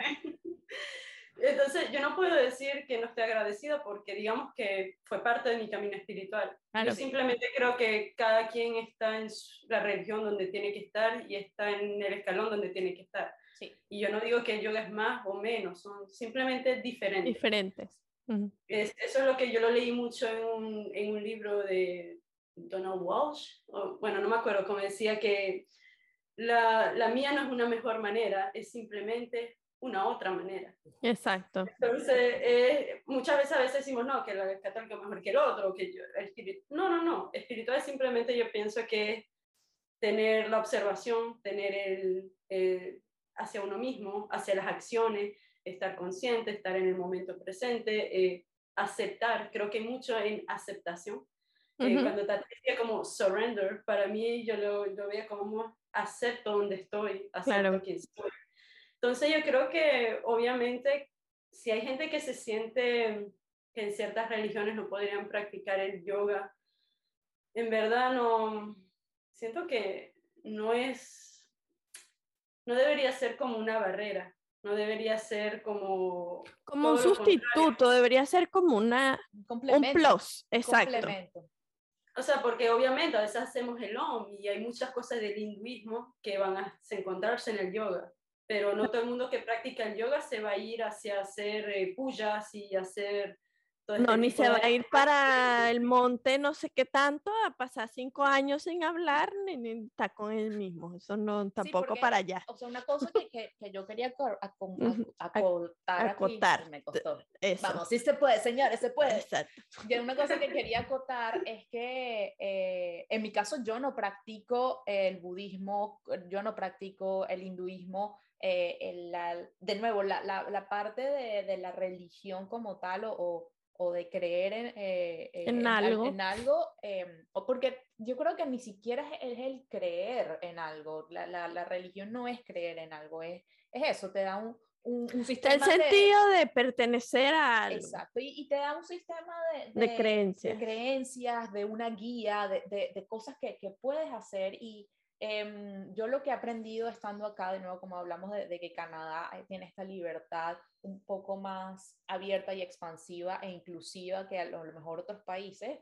Entonces, yo no puedo decir que no esté agradecida porque digamos que fue parte de mi camino espiritual. Claro. Yo simplemente creo que cada quien está en su- la religión donde tiene que estar y está en el escalón donde tiene que estar. Sí. Y yo no digo que el yoga es más o menos, son simplemente diferentes. Diferentes. Uh-huh. Es, eso es lo que yo lo leí mucho en un, en un libro de Donald Walsh, o, bueno, no me acuerdo, como decía que la, la mía no es una mejor manera, es simplemente una otra manera. Exacto. Entonces, eh, muchas veces a veces decimos, no, que el católico es mejor que el otro, que yo, el espíritu. No, no, no, espiritual simplemente yo pienso que es tener la observación, tener el, el hacia uno mismo, hacia las acciones, estar consciente, estar en el momento presente, eh, aceptar, creo que mucho en aceptación. Eh, Uh-huh. Cuando te decía como surrender, para mí yo lo, lo veía como acepto donde estoy, acepto Claro. quién soy. Entonces yo creo que obviamente si hay gente que se siente que en ciertas religiones no podrían practicar el yoga, en verdad no, siento que no es, no debería ser como una barrera, no debería ser como... Como un sustituto, debería ser como una, un, un plus, exacto. Complemento. O sea, porque obviamente a veces hacemos el Om y hay muchas cosas del hinduismo que van a encontrarse en el yoga, pero no todo el mundo que practica el yoga se va a ir hacia hacer eh, puyas y hacer... Todo este no, ni se va de... a ir para el monte no sé qué tanto a pasar cinco años sin hablar ni, ni estar con él mismo, eso no, tampoco sí, porque, para allá. O sea, una cosa que, que, que yo quería acotar acotar, aquí, me costó. Eso. Vamos, sí se puede, señores, se puede. Exacto. Y una cosa que quería acotar es que eh, en mi caso yo no practico el budismo, yo no practico el hinduismo, eh, el, la, de nuevo, la, la, la parte de, de la religión como tal o, o o de creer en, eh, en, en algo, en algo eh, o porque yo creo que ni siquiera es, es el creer en algo, la, la, la religión no es creer en algo, es, es eso, te da un, un, un sistema el sentido de, de pertenecer a algo. Exacto, y, y te da un sistema de, de, de, creencias. de creencias, de una guía, de, de, de cosas que, que puedes hacer y eh, yo lo que he aprendido estando acá, de nuevo, como hablamos de, de que Canadá tiene esta libertad un poco más abierta y expansiva e inclusiva que a lo, a lo mejor otros países,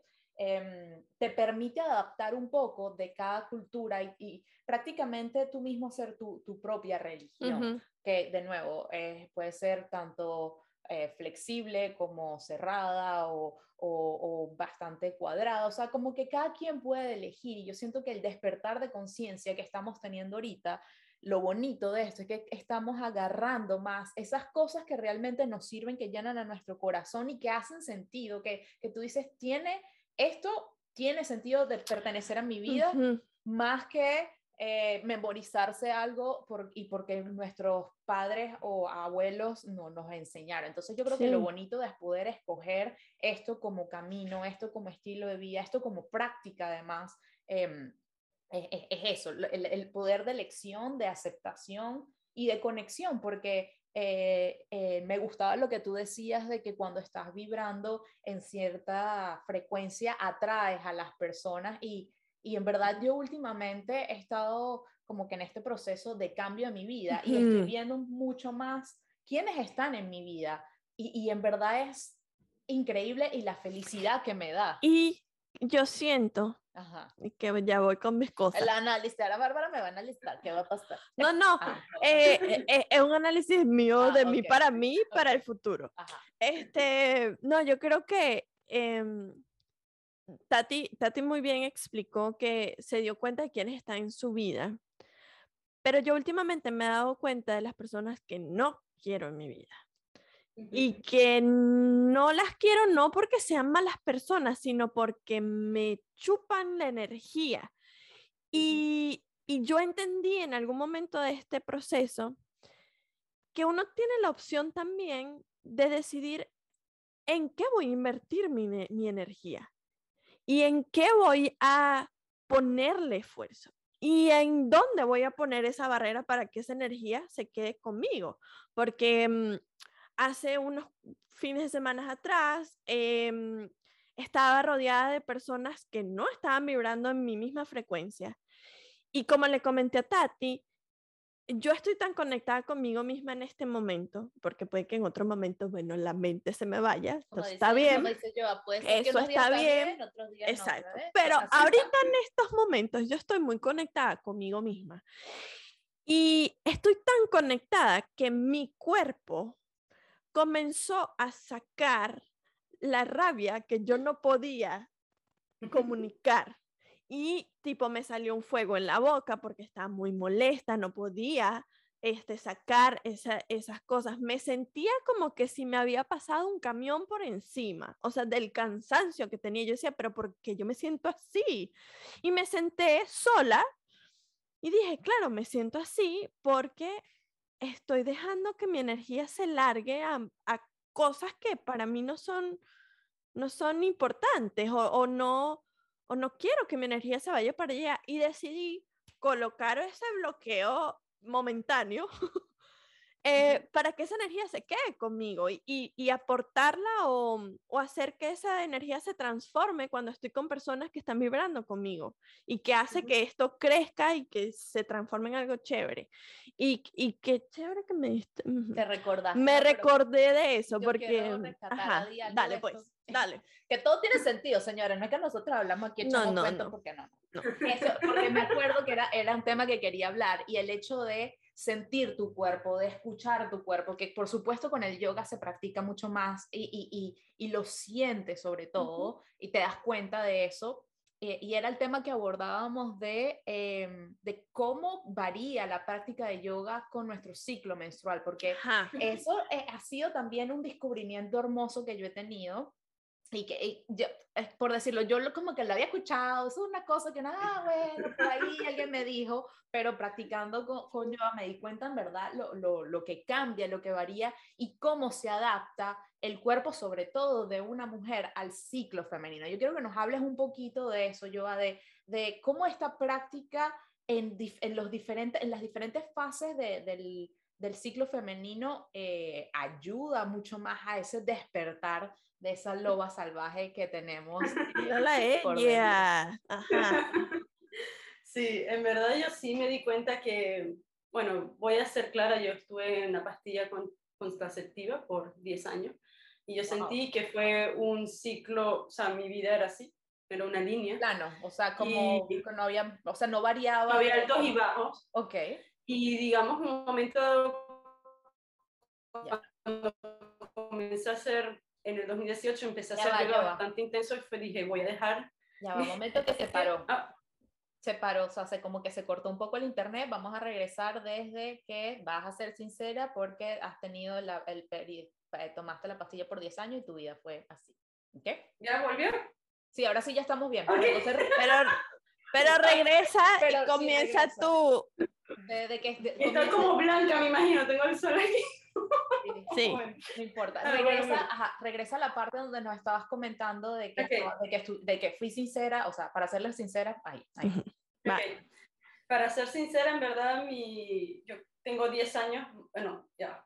eh, te permite adaptar un poco de cada cultura y, y prácticamente tú mismo hacer tu, tu propia religión, uh-huh. que de nuevo eh, puede ser tanto eh, flexible como cerrada o, o, o bastante cuadrada, o sea, como que cada quien puede elegir y yo siento que el despertar de conciencia que estamos teniendo ahorita, lo bonito de esto es que estamos agarrando más esas cosas que realmente nos sirven, que llenan a nuestro corazón y que hacen sentido, que, que tú dices, tiene, esto tiene sentido de pertenecer a mi vida, uh-huh. más que eh, memorizarse algo por, y porque nuestros padres o abuelos no nos enseñaron. Entonces yo creo sí. que lo bonito es poder escoger esto como camino, esto como estilo de vida, esto como práctica además, eh, Es, es eso, el, el poder de elección, de aceptación y de conexión, porque eh, eh, me gustaba lo que tú decías de que cuando estás vibrando en cierta frecuencia atraes a las personas y, y en verdad yo últimamente he estado como que en este proceso de cambio en mi vida y estoy viendo mucho más quiénes están en mi vida y, y en verdad es increíble y la felicidad que me da. Y yo siento Ajá. que ya voy con mis cosas. El análisis, ahora Bárbara me va a analizar, ¿qué va a pasar? No, no, ah, eh, eh, es un análisis mío, ah, de okay. mí para mí, okay. para el futuro. Ajá. Este, no, yo creo que eh, Tati, Tati muy bien explicó que se dio cuenta de quiénes están en su vida, pero yo últimamente me he dado cuenta de las personas que no quiero en mi vida. y que no las quiero no porque sean malas personas, sino porque me chupan la energía. Y, y yo entendí en algún momento de este proceso que uno tiene la opción también de decidir en qué voy a invertir mi, mi energía y en qué voy a ponerle esfuerzo y en dónde voy a poner esa barrera para que esa energía se quede conmigo. Porque um, hace unos fines de semana atrás eh, estaba rodeada de personas que no estaban vibrando en mi misma frecuencia. Y como le comenté a Tati, yo estoy tan conectada conmigo misma en este momento, porque puede que en otro momento, bueno, la mente se me vaya, esto está dice, bien, como dice yo, puede ser que eso unos días está está bien, bien, otros días exacto. no, ¿eh? Pero Así ahorita está. en estos momentos yo estoy muy conectada conmigo misma y estoy tan conectada que mi cuerpo comenzó a sacar la rabia que yo no podía comunicar. Y tipo me salió un fuego en la boca porque estaba muy molesta, no podía este, sacar esa, esas cosas. Me sentía como que si me había pasado un camión por encima, o sea, del cansancio que tenía. Yo decía, pero ¿por qué yo me siento así? Y me senté sola y dije, claro, me siento así porque estoy dejando que mi energía se largue a, a cosas que para mí no son, no son importantes o, o, no, o no quiero que mi energía se vaya para allá. Y decidí colocar ese bloqueo momentáneo eh, para que esa energía se quede conmigo y, y, y aportarla o, o hacer que esa energía se transforme cuando estoy con personas que están vibrando conmigo y que hace que esto crezca y que se transforme en algo chévere. Y, y qué chévere que me diste. Te recordaste. Me No, recordé de eso yo porque... quiero rescatar Ajá, a Di algo dale de pues, esto. dale. Que todo tiene sentido, señores. No es que nosotros hablamos aquí, No, echamos no, cuentos, no. porque no. no. Eso, porque me acuerdo que era, era un tema que quería hablar y el hecho de sentir tu cuerpo, de escuchar tu cuerpo, que por supuesto con el yoga se practica mucho más y, y, y, y lo sientes sobre todo uh-huh. y te das cuenta de eso. Eh, y era el tema que abordábamos de, eh, de cómo varía la práctica de yoga con nuestro ciclo menstrual, porque Ajá. eso eh, ha sido también un descubrimiento hermoso que yo he tenido. Y que y yo, por decirlo, yo lo, como que lo había escuchado, eso es una cosa que, ah, bueno, por ahí alguien me dijo, pero practicando con, con yoga me di cuenta en verdad lo, lo, lo que cambia, lo que varía y cómo se adapta el cuerpo, sobre todo de una mujer, al ciclo femenino. Yo quiero que nos hables un poquito de eso, yoga, de, de cómo esta práctica en, dif, en, los diferentes, en las diferentes fases de, del, del ciclo femenino eh, ayuda mucho más a ese despertar de esa loba salvaje que tenemos. Mírala ella. Ajá. Sí, en verdad yo sí me di cuenta que, bueno, voy a ser clara, yo estuve en la pastilla contraceptiva por diez años y yo wow. sentí que fue un ciclo, o sea, mi vida era así, era una línea. Plano, o sea, como y, que no había, o sea, no variaba. No había altos y bajos. Ok. Y digamos, un momento yeah. cuando comencé a hacer, en el dos mil dieciocho empecé a ya hacer va, yoga bastante intenso y fue, dije, voy a dejar. Ya va, un momento que se paró. Ah. Se paró, o sea, se, como que se cortó un poco el internet. Vamos a regresar desde que vas a ser sincera porque has tenido la, el periodo, tomaste la pastilla por diez años y tu vida fue así. ¿Ok? ¿Ya volvió? Sí, ahora sí ya estamos bien. Okay. Entonces, pero, pero regresa pero y comienza sí, tú. De, de que, de, Está comienza... como blanca, me imagino, tengo el sol aquí. Sí, bueno, no importa. Regresa, bueno, bueno. Ajá, regresa a la parte donde nos estabas comentando de que, okay. de, que de que fui sincera, o sea, para serles sincera, ahí, ahí. Okay. Para ser sincera, en verdad, mi, yo tengo diez años, bueno, ya,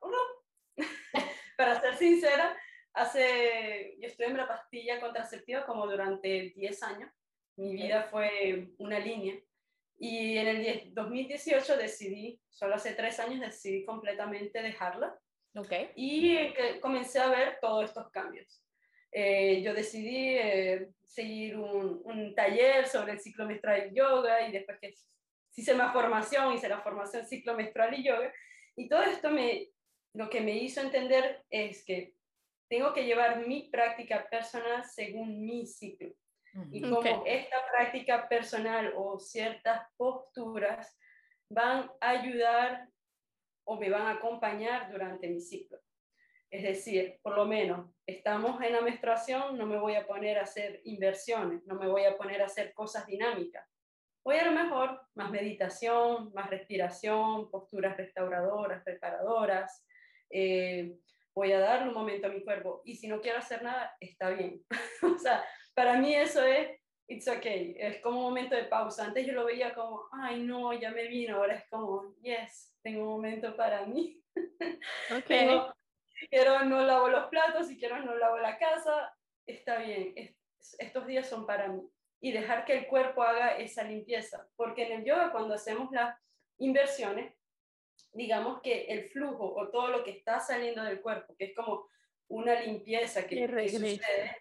para ser sincera, hace, yo estoy en la pastilla contraceptiva como durante diez años, mi okay. vida fue una línea. Y en el dos mil dieciocho decidí, solo hace tres años, decidí completamente dejarla. Okay. Y que comencé a ver todos estos cambios. Eh, yo decidí eh, seguir un, un taller sobre el ciclo menstrual y yoga, y después que hice más formación, hice la formación ciclo menstrual y yoga. Y todo esto me, lo que me hizo entender es que tengo que llevar mi práctica personal según mi ciclo. Y como okay. esta práctica personal o ciertas posturas van a ayudar o me van a acompañar durante mi ciclo. Es decir, por lo menos estamos en la menstruación, no me voy a poner a hacer inversiones, no me voy a poner a hacer cosas dinámicas. Voy a lo mejor más meditación, más respiración, posturas restauradoras, reparadoras. Eh, voy a darle un momento a mi cuerpo. Y si no quiero hacer nada, está bien. O sea, para mí eso es, it's okay. Es como un momento de pausa. Antes yo lo veía como, ay no, ya me vino. Ahora es como, yes, tengo un momento para mí. Ok. Tengo, si quiero no lavo los platos, si quiero no lavo la casa, está bien. Es, estos días son para mí. Y dejar que el cuerpo haga esa limpieza. Porque en el yoga, cuando hacemos las inversiones, digamos que el flujo o todo lo que está saliendo del cuerpo, que es como una limpieza que, que sucede,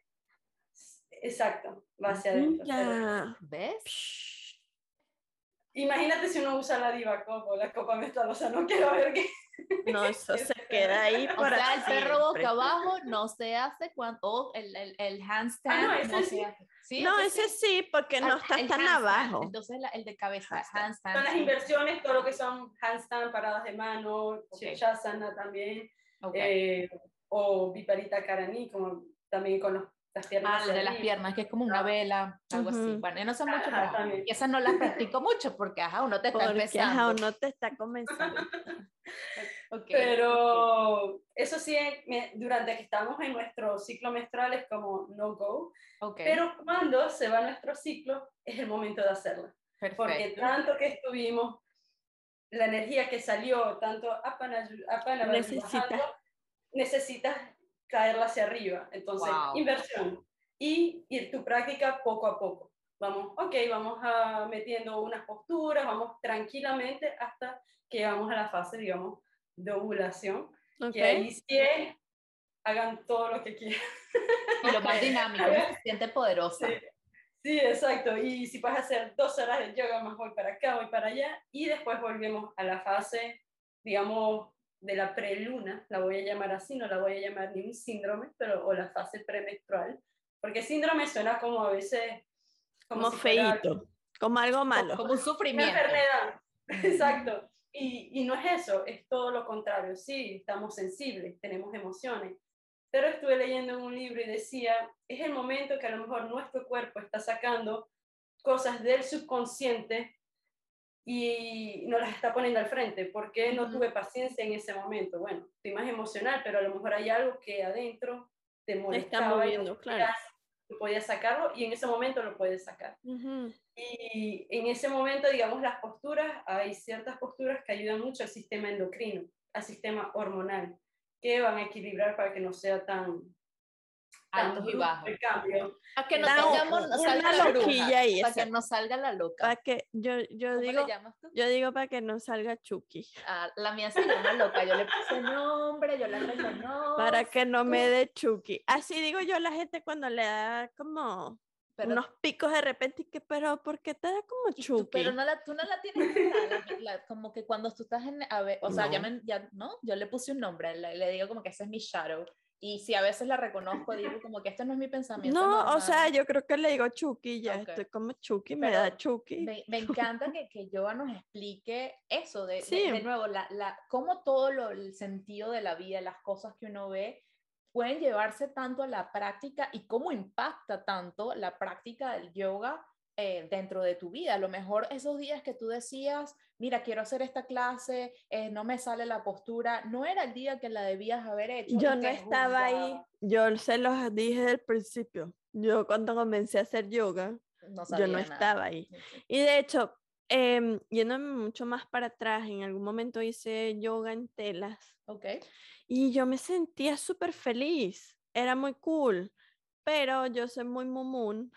exacto, va hacia adentro. Ya. ¿Ves? Imagínate si uno usa la Diva Cup o la copa menstrual, o sea, no quiero ver que... No, eso se queda ahí O para sea, el perro siempre. boca abajo no se hace cuando, o el, el, el handstand Ah, no, ese no sí. se hace. ¿Sí? No, Ese ese sí, porque no Ah, está el tan handstand, abajo. entonces la- el de cabeza, Handstand. handstand. Son las sí. inversiones, todo lo que son handstand, paradas de mano, Ok. Shirshasana también, Ok. eh, o Viparita Karani, como también con los, las piernas Ah, hacia el de las arriba. piernas, que es como una vela, algo así. Ujú. Bueno, yo no sé mucho, Ajá, pero también. y esas no las practico mucho porque, ajá, uno te está Porque empezando. ajá, uno te está comenzando. Okay. Pero eso sí, me- durante que estamos en nuestro ciclo menstrual es como no go, Ok, pero cuando se va nuestro ciclo es el momento de hacerla. Porque perfecto. tanto que estuvimos, la energía que salió, tanto apana, apana Necesitas. bajando, necesitas caerla hacia arriba. Entonces, Wow. inversión y ir tu práctica poco a poco. Vamos, ok, vamos a metiendo unas posturas, vamos tranquilamente hasta que llegamos a la fase, digamos, de ovulación, Ok. que ahí sí es, hagan todo lo que quieran. Y lo más dinámico, uno se siente poderosa. Sí, sí, exacto. Y si vas a hacer dos horas de yoga, más voy para acá, voy para allá, y después volvemos a la fase, digamos, de la preluna, la voy a llamar así, no la voy a llamar ni un síndrome, pero, o la fase premenstrual, porque síndrome suena como a veces, como, Como si fuera feíto, como algo malo. Como un una sufrimiento. enfermedad. Exacto. Y, y no es eso, es todo lo contrario. Sí, estamos sensibles, tenemos emociones, pero estuve leyendo en un libro y decía, es el momento que a lo mejor nuestro cuerpo está sacando cosas del subconsciente y nos las está poniendo al frente. ¿Por qué no Ujú. tuve paciencia en ese momento? Bueno, estoy más emocional, pero a lo mejor hay algo que adentro te Te está molestaba y no moviendo, claro. podías, no podías sacarlo y en ese momento lo puedes sacar. Ujú. Y en ese momento, digamos, las posturas, hay ciertas posturas que ayudan mucho al sistema endocrino, al sistema hormonal, que van a equilibrar para que no sea tan, tan Altos y brusco bajos. el cambio. A que no Da un- tengamos, no una salga la bruja. loquilla ahí, Para que exacto. no salga la loca. Para que yo, yo ¿Cómo digo, le llamas tú? yo digo para que no salga Chucky. Ah, la mía se llama loca. Yo le puse nombre, yo la reconozco. Para que no me dé Chucky. Así digo yo a la gente cuando le da como Pero, unos picos de repente y que, pero ¿por qué te da como y tú, Chucky? pero no la, tú no la tienes clara, la- la- como que cuando tú estás en, a ver, o sea, No. ya, me, ya, ¿no? Yo le puse un nombre, le, le digo como que ese es mi shadow, y si a veces la reconozco, digo como que este no es mi pensamiento No, normal. o sea, yo creo que le digo Chucky, ya Ok. estoy como Chucky, me Pero da Chucky. Me, me encanta que, que Yoga nos explique eso, de, Sí. de, de nuevo, la, la, cómo todo lo, el sentido de la vida, las cosas que uno ve, pueden llevarse tanto a la práctica y cómo impacta tanto la práctica del yoga eh, dentro de tu vida. A lo mejor esos días que tú decías, mira, quiero hacer esta clase, eh, no me sale la postura, no era el día que la debías haber hecho. Yo y no te estaba ahí, juzgabas. yo se los dije desde el principio. Yo cuando comencé a hacer yoga, No yo no sabía estaba nada. ahí. Y de hecho, eh, yéndome mucho más para atrás, en algún momento hice yoga en telas. Ok. Y yo me sentía súper feliz, era muy cool, pero yo soy muy mumún,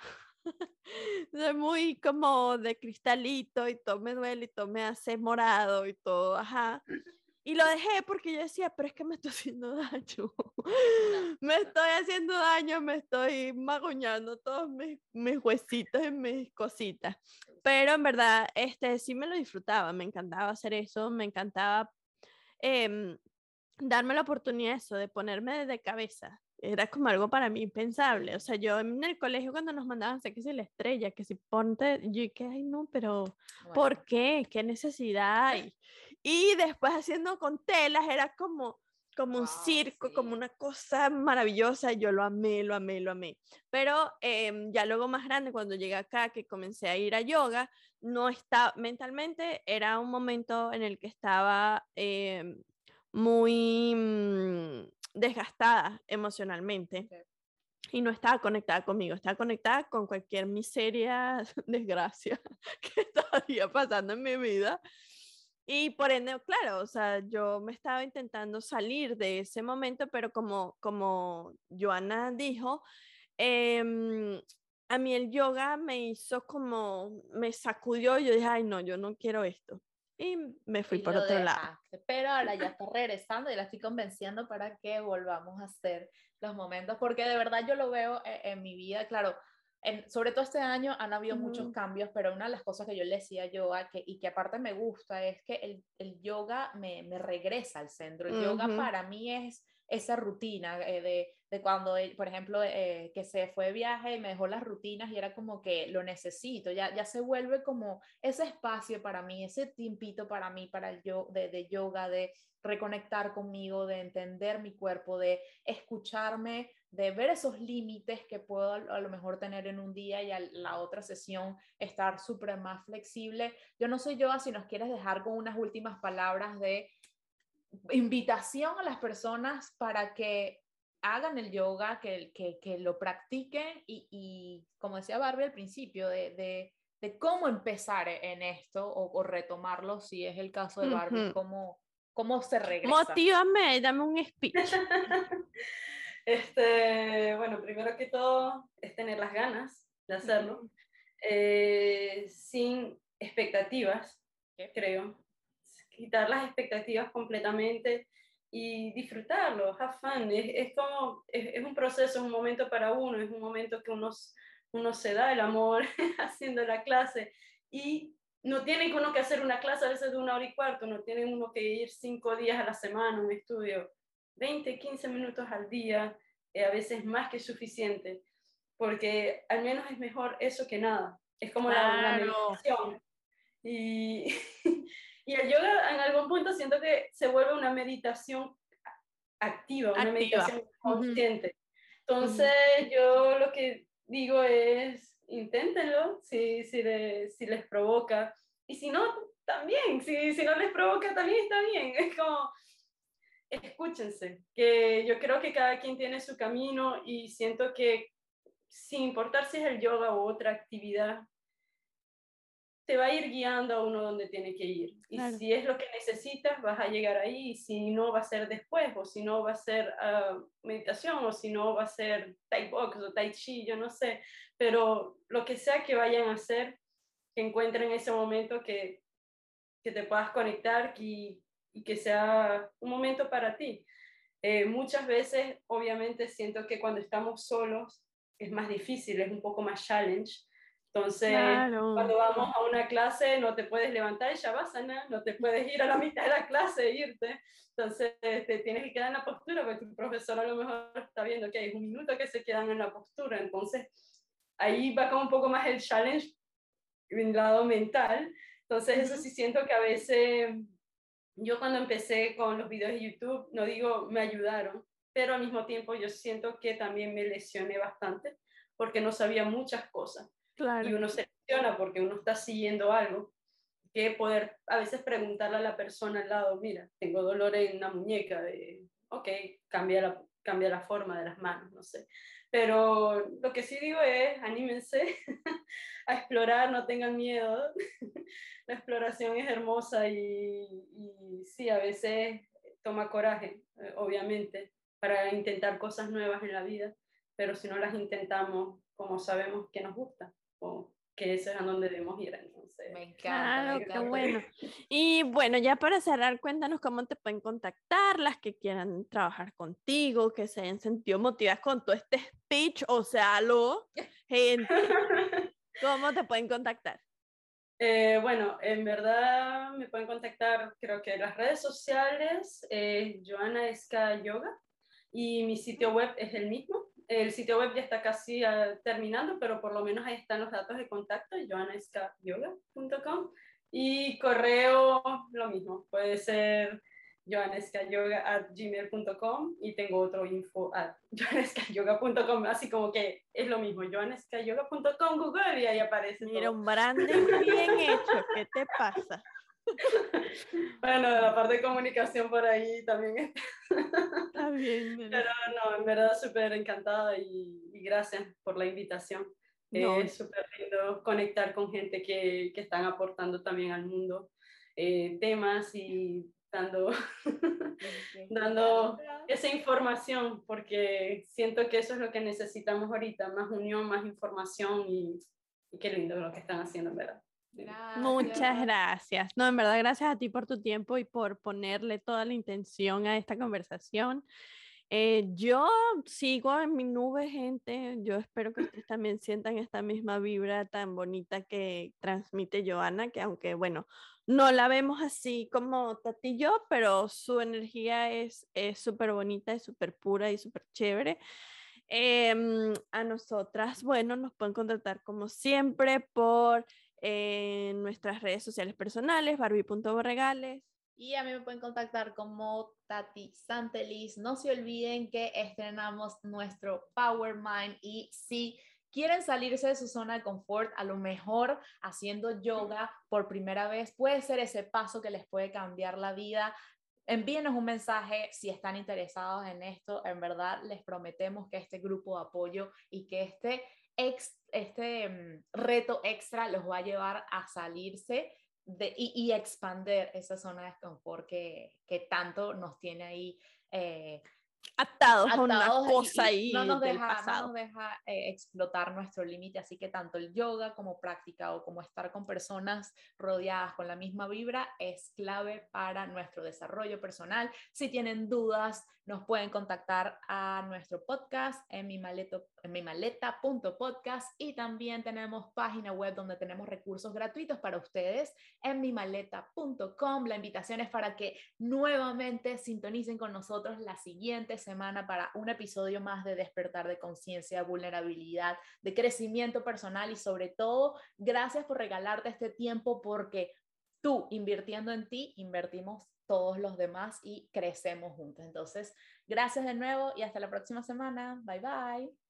soy muy como de cristalito y todo me duele y todo me hace morado y todo, ajá. Y lo dejé porque yo decía, pero es que me estoy haciendo daño, No. me estoy haciendo daño, me estoy maguñando todos mis, mis huesitos y mis cositas. Pero en verdad, este, sí me lo disfrutaba, me encantaba hacer eso, me encantaba... em, darme la oportunidad de eso, de ponerme de cabeza. Era como algo para mí impensable. O sea, yo en el colegio cuando nos mandaban, sé que si la estrella, que si ponte, yo que, ay no, pero Bueno. ¿por qué? ¿Qué necesidad hay? Y después haciendo con telas era como, como un Wow, circo, sí. como una cosa maravillosa, yo lo amé, lo amé, lo amé. Pero eh, ya luego más grande, cuando llegué acá, que comencé a ir a yoga, no estaba, mentalmente era un momento en el que estaba eh, muy mm, desgastada emocionalmente Okay. y no estaba conectada conmigo, estaba conectada con cualquier miseria, desgracia que estaría pasando en mi vida. Y por ende, claro, o sea, yo me estaba intentando salir de ese momento, pero como, como Joana dijo, em, a mí el yoga me hizo como, me sacudió y yo dije, ay, no, yo no quiero esto. Y me fui Y por lo otro lado. dejaste, pero ahora ya está regresando y la estoy convenciendo para que volvamos a hacer los momentos, porque de verdad yo lo veo en, en mi vida, claro, en, sobre todo este año han habido muchos Ujú, cambios, pero una de las cosas que yo le decía a yoga que, y que aparte me gusta es que el, el yoga me, me regresa al centro. El yoga ujú, para mí es esa rutina eh, de, de cuando, él, por ejemplo, eh, que se fue de viaje y me dejó las rutinas y era como que lo necesito, ya, ya se vuelve como ese espacio para mí, ese tiempito para mí, para el yo, de, de yoga, de reconectar conmigo, de entender mi cuerpo, de escucharme, de ver esos límites que puedo a, a lo mejor tener en un día y a la otra sesión estar súper más flexible. Yo no soy yoga, si nos quieres dejar con unas últimas palabras de invitación a las personas para que hagan el yoga, que, que, que lo practiquen y, y, como decía Barbie al principio, de, de, de cómo empezar en esto o, o, retomarlo, si es el caso de Barbie, ujú. cómo, cómo se regresa. Motívame, dame un speech. Este, bueno, primero que todo es tener las ganas de hacerlo, Ujú, eh, sin expectativas, ¿Qué? creo. Quitar las expectativas completamente y disfrutarlo, have fun. Es, es como, es, es, un proceso, es un momento para uno, es un momento que uno, uno se da el amor haciendo la clase y no tiene uno que hacer una clase a veces de una hora y cuarto, no tiene uno que ir cinco días a la semana a un estudio, veinte, quince minutos al día, eh, a veces más que suficiente, porque al menos es mejor eso que nada. Es como la, la claro, meditación. Y, y el yoga en algún punto siento que se vuelve una meditación activa, una activa. meditación Ujú, consciente. Entonces ujú. yo lo que digo es, inténtenlo si, si, le, si les provoca. Y si no, también, si, si no les provoca, también está bien. Es como, escúchense, que yo creo que cada quien tiene su camino y siento que sin importar si es el yoga u otra actividad, te va a ir guiando a uno donde tiene que ir. Y Claro. si es lo que necesitas, vas a llegar ahí. Y si no, va a ser después, o si no, va a ser uh, meditación, o si no, va a ser Tai Box o Tai Chi, yo no sé. Pero lo que sea que vayan a hacer, que encuentren ese momento que, que te puedas conectar y, y que sea un momento para ti. Eh, muchas veces, obviamente, siento que cuando estamos solos es más difícil, es un poco más challenge. Entonces, Claro. cuando vamos a una clase, no te puedes levantar y shavasana, no te puedes ir a la mitad de la clase e irte. Entonces, te tienes que quedar en la postura, porque tu profesor a lo mejor está viendo que hay un minuto que se quedan en la postura. Entonces, ahí va como un poco más el challenge en el lado mental. Entonces, eso Ujú. sí siento que a veces yo cuando empecé con los videos de YouTube, no digo me ayudaron, pero al mismo tiempo yo siento que también me lesioné bastante porque no sabía muchas cosas. Y Claro. uno se lesiona porque uno está siguiendo algo, que poder a veces preguntarle a la persona al lado, mira, tengo dolor en una muñeca, de, ok, cambia la, cambia la forma de las manos, no sé. Pero lo que sí digo es, anímense a explorar, no tengan miedo. La exploración es hermosa y, y sí, a veces toma coraje, eh, obviamente, para intentar cosas nuevas en la vida, pero si no las intentamos, como sabemos que nos gusta, o que eso es a donde debemos ir, entonces, Me encanta, me Claro, qué creo encanta. bueno. que... Y bueno, ya para cerrar, cuéntanos cómo te pueden contactar las que quieran trabajar contigo, que se hayan sentido motivadas con todo este speech, o sea, lo, gente, ¿cómo te pueden contactar? Eh, bueno, en verdad me pueden contactar, creo que en las redes sociales, eh, Joana Esca Yoga, y mi sitio web es el mismo. El sitio web ya está casi uh, terminando, pero por lo menos ahí están los datos de contacto, joana esca yoga punto com. Y correo, lo mismo, puede ser joanescayoga at gmail punto com y tengo otro info at joanescayoga punto com, así como que es lo mismo, joanescayoga punto com, Google, y ahí aparece Mira, todo. un branding bien hecho, ¿qué te pasa? Bueno, de la parte de comunicación por ahí también está. Está bien, nena. Pero no, en verdad súper encantada y, y gracias por la invitación. No, Es súper lindo conectar con gente que, que están aportando también al mundo eh, temas y dando, dando esa información, porque siento que eso es lo que necesitamos ahorita, más unión, más información y, y qué lindo lo que están haciendo, en verdad. Gracias. muchas gracias. No, en verdad, gracias a ti por tu tiempo y por ponerle toda la intención a esta conversación. Eh, yo sigo en mi nube, gente. Yo espero que ustedes también sientan esta misma vibra tan bonita que transmite Joana, que aunque, bueno, no la vemos así como Tati y yo, pero su energía es súper bonita, es súper pura y súper chévere. Em, a nosotras, bueno, nos pueden contactar como siempre por eh, nuestras redes sociales personales, barbie punto borregales. Y a mí me pueden contactar como Tati Santelis. No se olviden que estrenamos nuestro Power Mind y si quieren salirse de su zona de confort, a lo mejor haciendo yoga por primera vez puede ser ese paso que les puede cambiar la vida. Envíenos un mensaje si están interesados en esto. En verdad les prometemos que este grupo de apoyo y que este, ex, este um, reto extra los va a llevar a salirse de, y, y expander esa zona de confort que, que tanto nos tiene ahí eh, atados, atados a una cosa y, y no ahí nos del deja, pasado. No nos deja eh, explotar nuestro límite, así que tanto el yoga como práctica o como estar con personas rodeadas con la misma vibra es clave para nuestro desarrollo personal. Si tienen dudas, nos pueden contactar a nuestro podcast en mi, maleto, en mi maleta punto podcast y también tenemos página web donde tenemos recursos gratuitos para ustedes en mi maleta punto com. La invitación es para que nuevamente sintonicen con nosotros la siguiente semana para un episodio más de despertar de conciencia, vulnerabilidad, de crecimiento personal y sobre todo, gracias por regalarte este tiempo porque tú invirtiendo en ti, invertimos todos los demás y crecemos juntos. Entonces, gracias de nuevo y hasta la próxima semana. Bye bye.